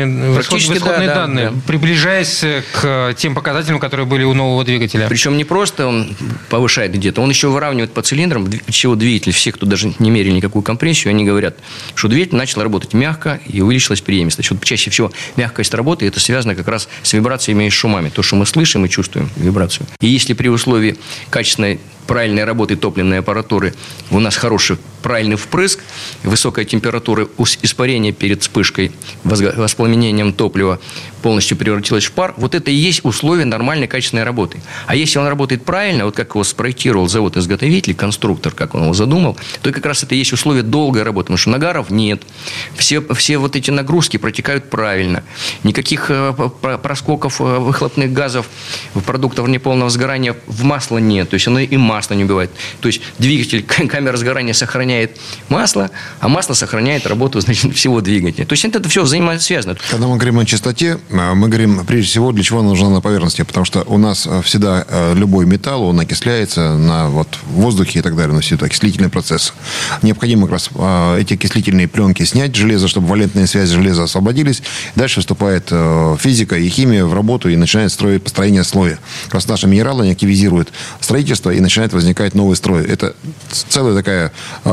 данные, приближаясь к тем показателям, которые были у нового двигателя. Причем не просто он повышает где-то, он еще выравнивает по цилиндрам, чего двигатель, все, кто даже не мерили никакую компрессию, они говорят, что двигатель начал работать мягко, и увеличилась преемистость. Вот чаще всего мягкость работы это связано как раз с вибрациями и шумами. То, что мы слышим и чувствуем вибрацию. И если при условии качественной правильной работы топливной аппаратуры у нас хороший правильный впрыск, высокая температура испарения перед вспышкой, воспламенением топлива полностью превратилась в пар, вот это и есть условия нормальной качественной работы. А если он работает правильно, вот как его спроектировал завод-изготовитель, конструктор, как он его задумал, то как раз это и есть условия долгой работы, потому что нагаров нет. Все вот эти нагрузки протекают правильно. Никаких проскоков выхлопных газов, продуктов неполного сгорания в масло нет. То есть оно и масло не убивает. То есть двигатель, камера сгорания сохраняет масло, а масло сохраняет работу, значит, всего двигателя. То есть это все взаимосвязано. Когда мы говорим о чистоте, мы говорим прежде всего, для чего она нужна на поверхности. Потому что у нас всегда любой металл, он окисляется на воздухе и так далее, на все это окислительный процесс. Необходимо как раз эти окислительные пленки снять железо, чтобы валентные связи железа освободились. Дальше вступает физика и химия в работу и начинает строить построение слоя. Как раз наши минералы они активизируют строительство и начинает возникать новый строй. Это целая такая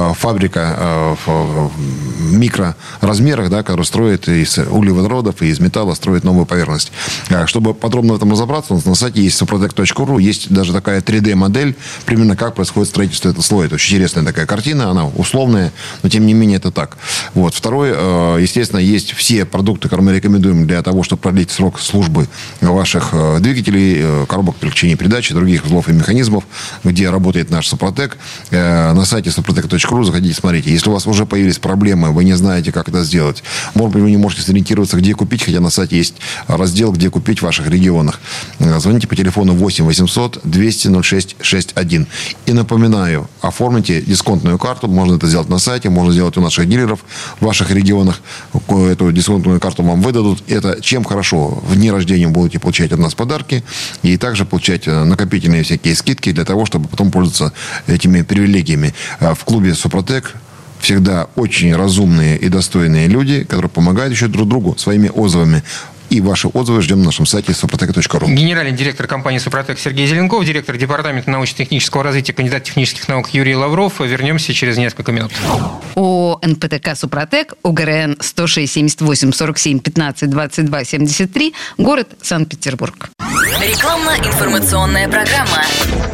фабрика в микроразмерах, да, которая строит из углеводородов и из металла строит новую поверхность. Чтобы подробно в этом разобраться, на сайте есть suprotec.ru, есть даже такая 3D-модель, примерно как происходит строительство этого слоя. Это очень интересная такая картина, она условная, но тем не менее это так. Вот. Второе, естественно, есть все продукты, которые мы рекомендуем для того, чтобы продлить срок службы ваших двигателей, коробок переключения передач и других узлов и механизмов, где работает наш Супротек. На сайте suprotec.ru заходите, смотрите. Если у вас уже появились проблемы, вы не знаете, как это сделать, может быть, вы не можете сориентироваться, где купить, хотя на сайте есть раздел, где купить в ваших регионах. Звоните по телефону 8 800 200 06 61. И напоминаю, оформите дисконтную карту. Можно это сделать на сайте, можно сделать у наших дилеров в ваших регионах. Эту дисконтную карту вам выдадут. Это чем хорошо? В дни рождения будете получать от нас подарки и также получать накопительные всякие скидки для того, чтобы потом пользоваться этими привилегиями. В клубе Супротек всегда очень разумные и достойные люди, которые помогают еще друг другу своими отзывами. И ваши отзывы ждем на нашем сайте suprotec.ru. Генеральный директор компании «Супротек» Сергей Зеленков, директор департамента научно-технического развития, кандидат технических наук Юрий Лавров. Вернемся через несколько минут. ООО «НПТК Супротек», ОГРН 106 78 47 15 22 73, город Санкт-Петербург. Рекламно-информационная программа.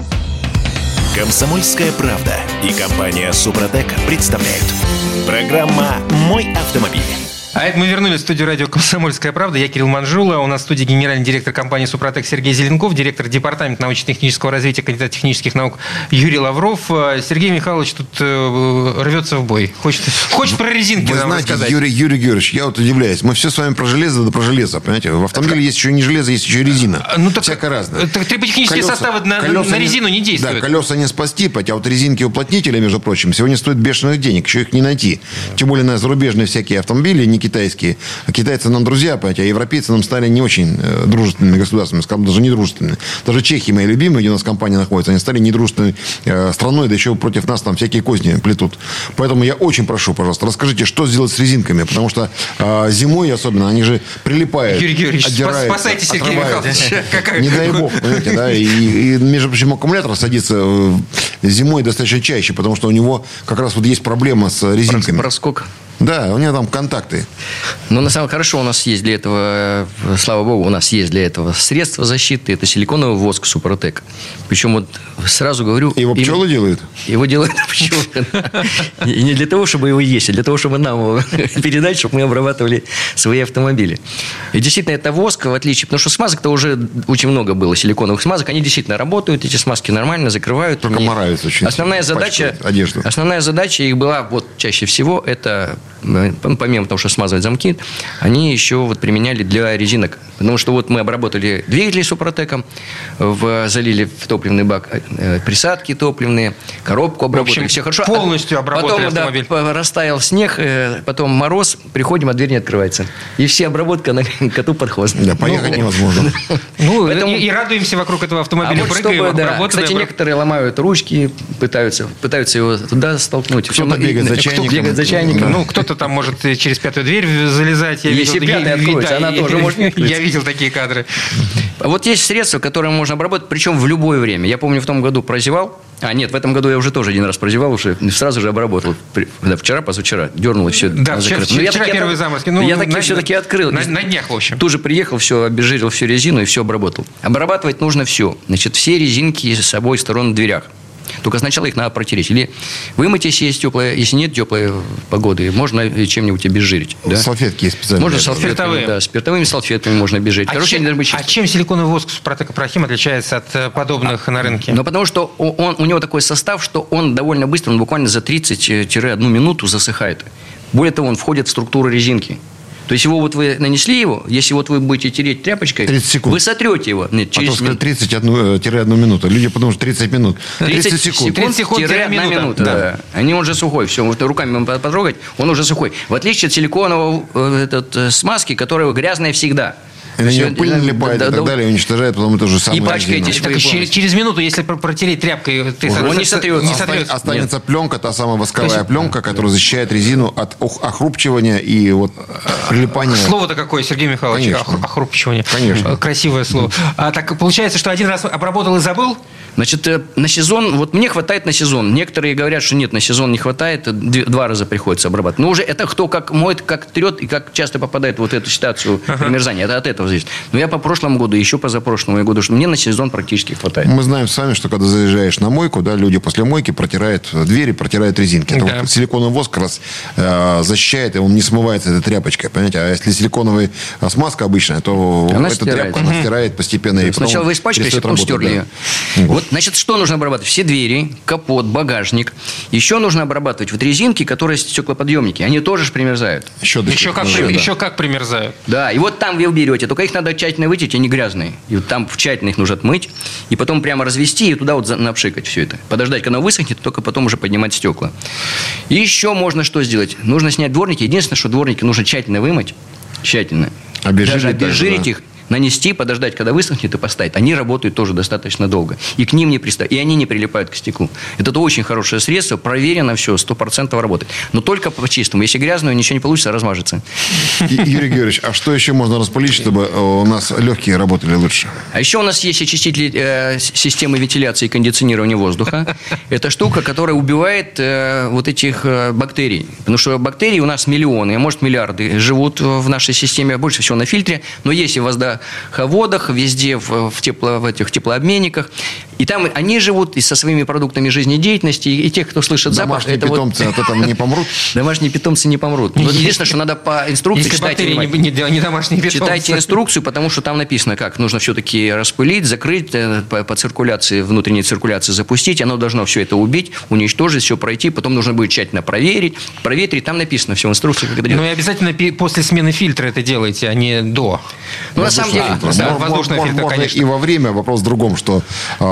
Комсомольская правда и компания «Супротек» представляют. Программа «Мой автомобиль». А это мы вернулись в студию радио «Комсомольская правда». Я Кирилл Манжула. У нас в студии генеральный директор компании «Супротек» Сергей Зеленков, директор департамента научно-технического развития, кандидат технических наук Юрий Лавров. Сергей Михайлович тут рвется в бой. Хочет про резинки нам рассказать. Юрий Георгиевич, я вот удивляюсь. Мы все с вами про железо, да про железо. Понимаете? В автомобиле есть еще не железо, есть еще резина. Всякое разное. Триботехнические составы на резину не действуют. Да, колеса не спасти, а вот резинки уплотнителя, между прочим, сегодня стоят бешеных денег. Еще их не найти. Тем более на зарубежные всякие автомобили, не китайские. А китайцы нам друзья, понимаете, а европейцы нам стали не очень дружественными государствами, скажем, даже не дружественными. Даже Чехия, мои любимые, где у нас компания находится, они стали недружественной страной, да еще против нас там всякие козни плетут. Поэтому я очень прошу, пожалуйста, расскажите, что сделать с резинками, потому что зимой особенно они же прилипают, Юрий Георгиевич, отдираются, спасайте Сергея Михайловича. Не дай бог, понимаете, да, и между прочим, аккумулятор садится зимой достаточно чаще, потому что у него как раз вот есть проблема с резинками. Проскок. Да, у него там контакты. Ну, на самом деле, хорошо, у нас есть для этого, слава богу, у нас есть для этого средства защиты. Это силиконовый воск Супротек. Причем вот сразу говорю... Его пчелы делают? Его делают пчелы. И не для того, чтобы его есть, а для того, чтобы нам его передать, чтобы мы обрабатывали свои автомобили. И действительно, это воск, в отличие... Потому что смазок-то уже очень много было, силиконовых смазок. Они действительно работают, эти смазки нормально закрывают. Только мораются очень. Основная задача их была, вот чаще всего, это... Помимо того, что смазывать замки, они еще вот применяли для резинок. Потому что вот мы обработали двигатели Супротеком, залили в топливный бак присадки топливные, коробку обработали. В общем, все хорошо. Полностью обработали автомобиль. Да, растаял снег, потом мороз, приходим, а дверь не открывается. И все обработка на коту под хвост. Да, поехать невозможно. Поэтому... и радуемся вокруг этого автомобиля. Кстати, некоторые ломают ручки, пытаются его туда столкнуть. Кто-то бегает за чайником. Ну, кто-то там может через пятую дверь залезать. Если пятая откроется, она тоже может не открыться. Я видел такие кадры. Вот есть средства, которые можно обработать, причем в любое время. Я помню, в том году прозевал. Нет, в этом году я уже тоже один раз прозевал, уже сразу же обработал. Вчера, позавчера, дернул и все. Да, вчера первые заморозки. Я все-таки открыл. На днях, в общем. Тут же приехал, все, обезжирил всю резину и все обработал. Обрабатывать нужно все. Значит, все резинки с обоих сторон на дверях. Только сначала их надо протереть. Или вымыть, если есть теплая, если нет теплой погоды, можно чем-нибудь обезжирить. Да? Салфетки есть специальные. Можно салфетками, да, спиртовыми салфетками можно обезжирить. А чем силиконовый воск Супротек Апрахим отличается от подобных на рынке? Ну, потому что у него такой состав, что он довольно быстро, он буквально за 30-1 минуту засыхает. Более того, он входит в структуру резинки. То есть его вот вы нанесли его, если вот вы будете тереть тряпочкой, 30 секунд. Вы сотрете его. Нет, через 30-1 минуту. Люди подумают, что 30 минут. 30 секунд. 30-1 минута. Да. Они уже сухой. Все, вот руками потрогать, он уже сухой. В отличие от силиконовой смазки, которая грязная всегда. И на нее пыль налипает и так далее, уничтожает потом это же самое. И пачкаетесь. Через минуту, если протереть тряпкой, он не сотрется. Останется пленка, та самая восковая пленка, которая защищает резину от охрупчивания и вот прилипания. Слово-то какое, Сергей Михайлович? Конечно. Охрупчивание. Конечно. Красивое слово. А так получается, что один раз обработал и забыл? Значит, на сезон, вот мне хватает на сезон. Некоторые говорят, что нет, на сезон не хватает, 2 раза приходится обрабатывать. Но уже это кто как моет, как трет и как часто попадает в вот эту ситуацию примерзания. Это от этого зависит. Но я по прошлому году, еще позапрошлому году, что мне на сезон практически хватает. Мы знаем с вами, что когда заезжаешь на мойку, да, люди после мойки протирают двери, протирают резинки. Это вот силиконовый воск как раз защищает, и он не смывается этой тряпочкой, понимаете? А если силиконовая смазка обычная, то эта тряпка стирает постепенно. И сначала вы испачкались, а потом стерли ее. Вот, значит, что нужно обрабатывать? Все двери, капот, багажник. Еще нужно обрабатывать вот резинки, которые стеклоподъемники. Они тоже же примерзают. Еще как примерзают. Да, и вот там вы берете. Только их надо тщательно вытереть, они грязные. И вот там тщательно их нужно отмыть. И потом прямо развести и туда вот напшикать все это. Подождать, когда оно высохнет, только потом уже поднимать стекла. И еще можно что сделать? Нужно снять дворники. Единственное, что дворники нужно тщательно вымыть. Тщательно. Даже обезжирить их. нанести, подождать, когда высохнет, и поставить. Они работают тоже достаточно долго. И к ним не пристают. И они не прилипают к стеклу. Это очень хорошее средство, проверено все, 100% работает. Но только по чистому. Если грязную, ничего не получится, размажется. Юрий Георгиевич, а что еще можно распылить, чтобы у нас легкие работали лучше? А еще у нас есть очиститель системы вентиляции и кондиционирования воздуха. Это штука, которая убивает вот этих бактерий. Потому что бактерий у нас миллионы, а может миллиарды живут в нашей системе, больше всего на фильтре. Но есть и в воздуховодах, везде в этих теплообменниках. И там они живут и со своими продуктами жизнедеятельности, и тех, кто слышит запах. Домашние питомцы от этого не помрут? Домашние питомцы не помрут. Но единственное, что надо по инструкции если читать. Не домашние питомцы. Читайте инструкцию, потому что там написано, как нужно все-таки распылить, закрыть, по циркуляции, внутренней циркуляции запустить. Оно должно все это убить, уничтожить, все пройти. Потом нужно будет тщательно проветрить. Там написано все в инструкции, как это делать. Ну и обязательно после смены фильтра это делаете, а не до. Ну, на самом деле, воздушного фильтра, конечно. И во время. Вопрос в другом, что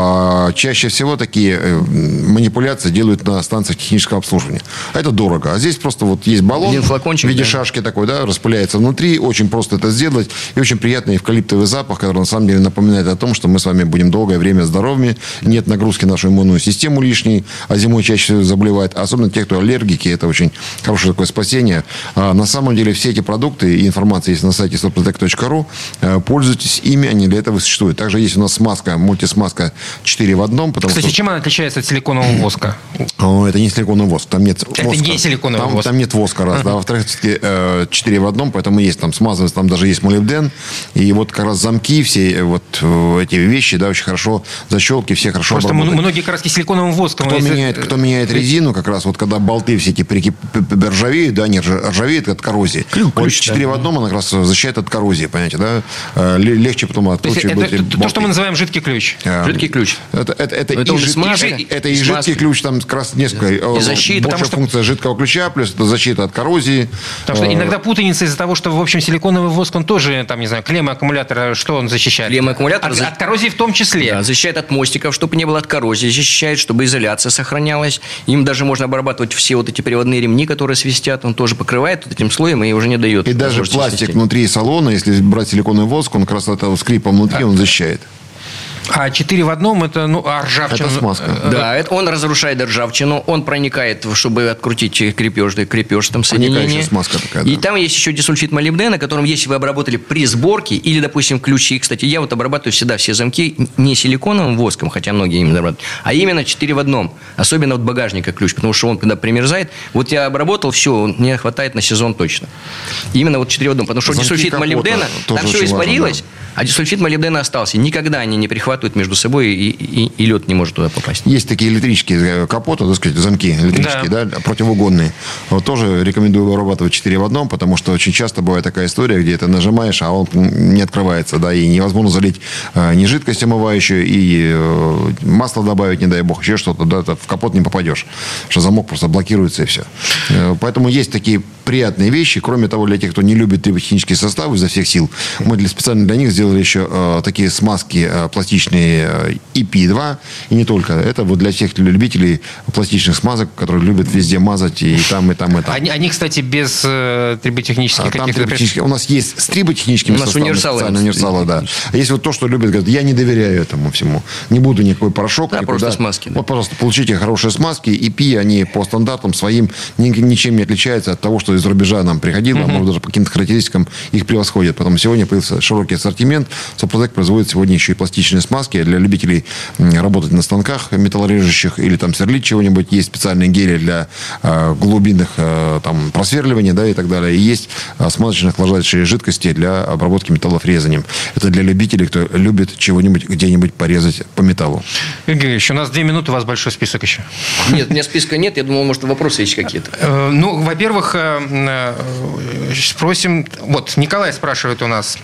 чаще всего такие манипуляции делают на станциях технического обслуживания. Это дорого. А здесь просто вот есть баллон в виде шашки такой, да, распыляется внутри. Очень просто это сделать. И очень приятный эвкалиптовый запах, который на самом деле напоминает о том, что мы с вами будем долгое время здоровыми. Нет нагрузки на нашу иммунную систему лишней. А зимой чаще всего заболевают. Особенно те, кто аллергики. Это очень хорошее такое спасение. На самом деле все эти продукты и информация есть на сайте soprotec.ru. Пользуйтесь ими, они для этого существуют. Также есть у нас смазка, мультисмазка 4 в одном. Кстати, чем она отличается от силиконового воска? Это не силиконовый воск. Там нет это воска. не силиконовый воск. Там нет воска, раз. Да. Во-вторых, 4 в одном, поэтому есть там смазывается, там даже есть молибден. И вот как раз замки, все вот эти вещи, да, очень хорошо, защелки, все хорошо просто обработаны. многие краски силиконовым воском. Кто меняет резину, как раз вот когда болты все эти ржавеют, да, они ржавеют от коррозии. Вот 4 в одном, она как раз защищает от коррозии, понимаете, да? Легче потом откручивать болты. То, что мы называем жидкий ключ. Жидкий ключ. Это и жидкий ключ, там как раз несколько. И защита. Большая функция жидкого ключа, плюс это защита от коррозии. Потому что иногда путаница из-за того, что, в общем, силиконовый воск, он тоже, там, не знаю, клеммы аккумулятора, что он защищает? Клеммы аккумулятора от коррозии в том числе. Да, защищает от мостиков, чтобы не было от коррозии, защищает, чтобы изоляция сохранялась. Им даже можно обрабатывать все вот эти приводные ремни, которые свистят, он тоже покрывает вот этим слоем и уже не дает. И даже пластик внутри салона, если брать силиконовый воск, он как раз от этого скрипа внутри, он защищает. А 4 в одном это, ржавчина. Это смазка. Да, он разрушает ржавчину, он проникает, чтобы открутить крепеж там соединение. Смазка такая, да. И там есть еще дисульфид молибдена, которым, если вы обработали при сборке, или, допустим, ключи, кстати, я вот обрабатываю всегда все замки не силиконовым воском, хотя многие им обрабатывают, а именно 4 в одном. Особенно вот багажника ключ, потому что он, когда примерзает, вот я обработал, все, мне хватает на сезон точно. Именно вот 4 в одном, потому что дисульфид молибдена, там все испарилось, а дисульфид молибдена остался. Никогда они не прихватывают между собой, и лед не может туда попасть. Есть такие электрические капоты, так сказать, замки электрические, да, противоугонные. Вот тоже рекомендую обрабатывать 4 в одном, потому что очень часто бывает такая история, где ты нажимаешь, а он не открывается, да, и невозможно залить ни жидкость омывающую, и масло добавить, не дай бог, еще что-то, да, в капот не попадешь, что замок просто блокируется, и все. Поэтому есть такие приятные вещи. Кроме того, для тех, кто не любит триботехнические составы изо всех сил, мы специально для них сделали еще такие смазки пластичные EP2, и не только. Это вот для всех любителей пластичных смазок, которые любят везде мазать и там, и там, и там. Они, кстати, без триботехнических каких-то... У нас есть с триботехническими составами. Универсалы, да. А есть вот то, что любят, говорят, я не доверяю этому всему. Не буду никакой порошок. Да, просто смазки. Да. Вот, пожалуйста, получите хорошие смазки. EP, они по стандартам своим ничем не отличаются от того, что из-за рубежа нам приходило, а может даже по каким-то характеристикам их превосходят. Потом сегодня появился широкий ассортимент. Soprotec производит сегодня еще и пластичные смазки для любителей работать на станках металлорежущих или там сверлить чего-нибудь. Есть специальные гели для глубинных там просверливания, да, и так далее. И есть смазочные охлаждающие жидкости для обработки металлов резанием. Это для любителей, кто любит чего-нибудь где-нибудь порезать по металлу. Игорь Георгиевич, у нас 2 минуты, у вас большой список еще. Нет, у меня списка нет. Я думал, может, вопросы есть какие-то. Во-первых, спросим... Вот, Николай спрашивает у нас.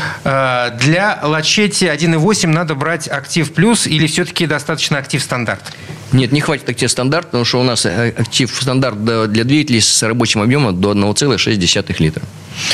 Для лачетти 1.8 надо брать Актив Плюс или все-таки достаточно Актив Стандарт? Нет, не хватит Актив Стандарт, потому что у нас Актив Стандарт для двигателей с рабочим объемом до 1,6 литра.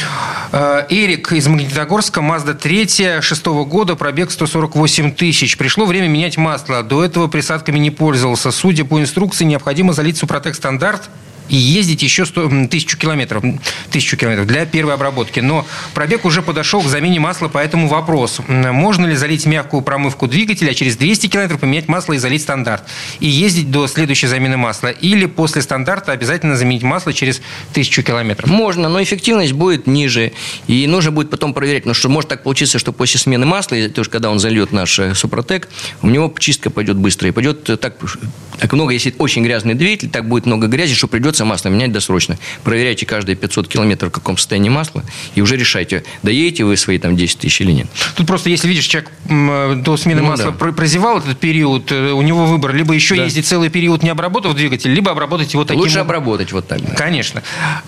Эрик из Магнитогорска, Mazda 3, 6-го года, пробег 148 тысяч. Пришло время менять масло. До этого присадками не пользовался. Судя по инструкции, необходимо залить Супротек Стандарт и ездить еще 1000 километров для первой обработки. Но пробег уже подошел к замене масла по этому вопросу. Можно ли залить мягкую промывку двигателя, а через 200 километров поменять масло и залить стандарт? И ездить до следующей замены масла? Или после стандарта обязательно заменить масло через 1000 километров? Можно, но эффективность будет ниже. И нужно будет потом проверять. Потому что может так получиться, что после смены масла, то есть когда он зальет наш Супротек, у него чистка пойдет быстро. И пойдет так много, если очень грязный двигатель, так будет много грязи, что придется масло менять досрочно. Проверяйте каждые 500 километров, в каком состоянии масло, и уже решайте, доедете вы свои там 10 тысяч или нет. Тут просто, если видишь, человек до смены масла прозевал этот период, у него выбор либо еще ездить целый период, не обработав двигатель, либо обработать его таким... Лучше обработать вот так. Да. Конечно.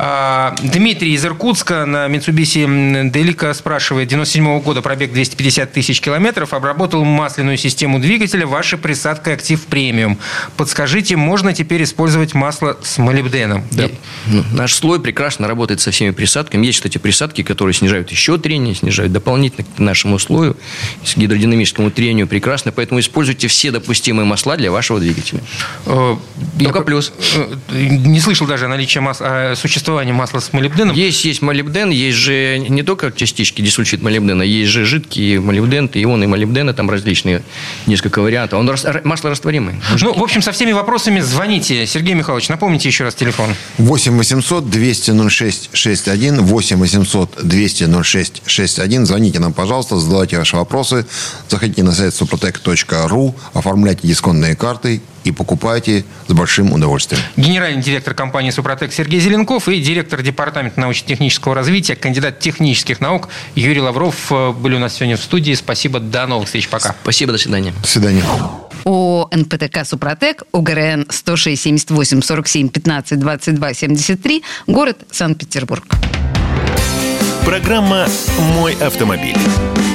Дмитрий из Иркутска на Mitsubishi Delica спрашивает: 97-го года, пробег 250 тысяч километров, обработал масляную систему двигателя, ваша присадка «Актив Премиум». Подскажите, можно теперь использовать масло с молибденом? Да. Наш слой прекрасно работает со всеми присадками. Есть, кстати, присадки, которые снижают еще трение, снижают дополнительно к нашему слою, с гидродинамическому трению прекрасно. Поэтому используйте все допустимые масла для вашего двигателя. Только плюс. Не слышал даже о существовании масла с молибденом. Есть молибден, есть же не только частички дисульфид молибдена, есть же жидкие молибденты, ионы молибдена, там различные, несколько вариантов. Масло растворимое. В общем, со всеми вопросами звоните. Сергей Михайлович, напомните еще раз телефон. 8 800 200 06 61, 8 800 200 06 61. Звоните нам, пожалуйста, задавайте ваши вопросы. Заходите на сайт suprotec.ru, оформляйте дисконтные карты и покупайте с большим удовольствием. Генеральный директор компании «Супротек» Сергей Зеленков и директор департамента научно-технического развития, кандидат технических наук Юрий Лавров были у нас сегодня в студии. Спасибо, до новых встреч, пока. Спасибо, до свидания. До свидания. ООО «НПТК Супротек», УГРН 106 78 47 15 22 73, город Санкт-Петербург. Программа «Мой автомобиль».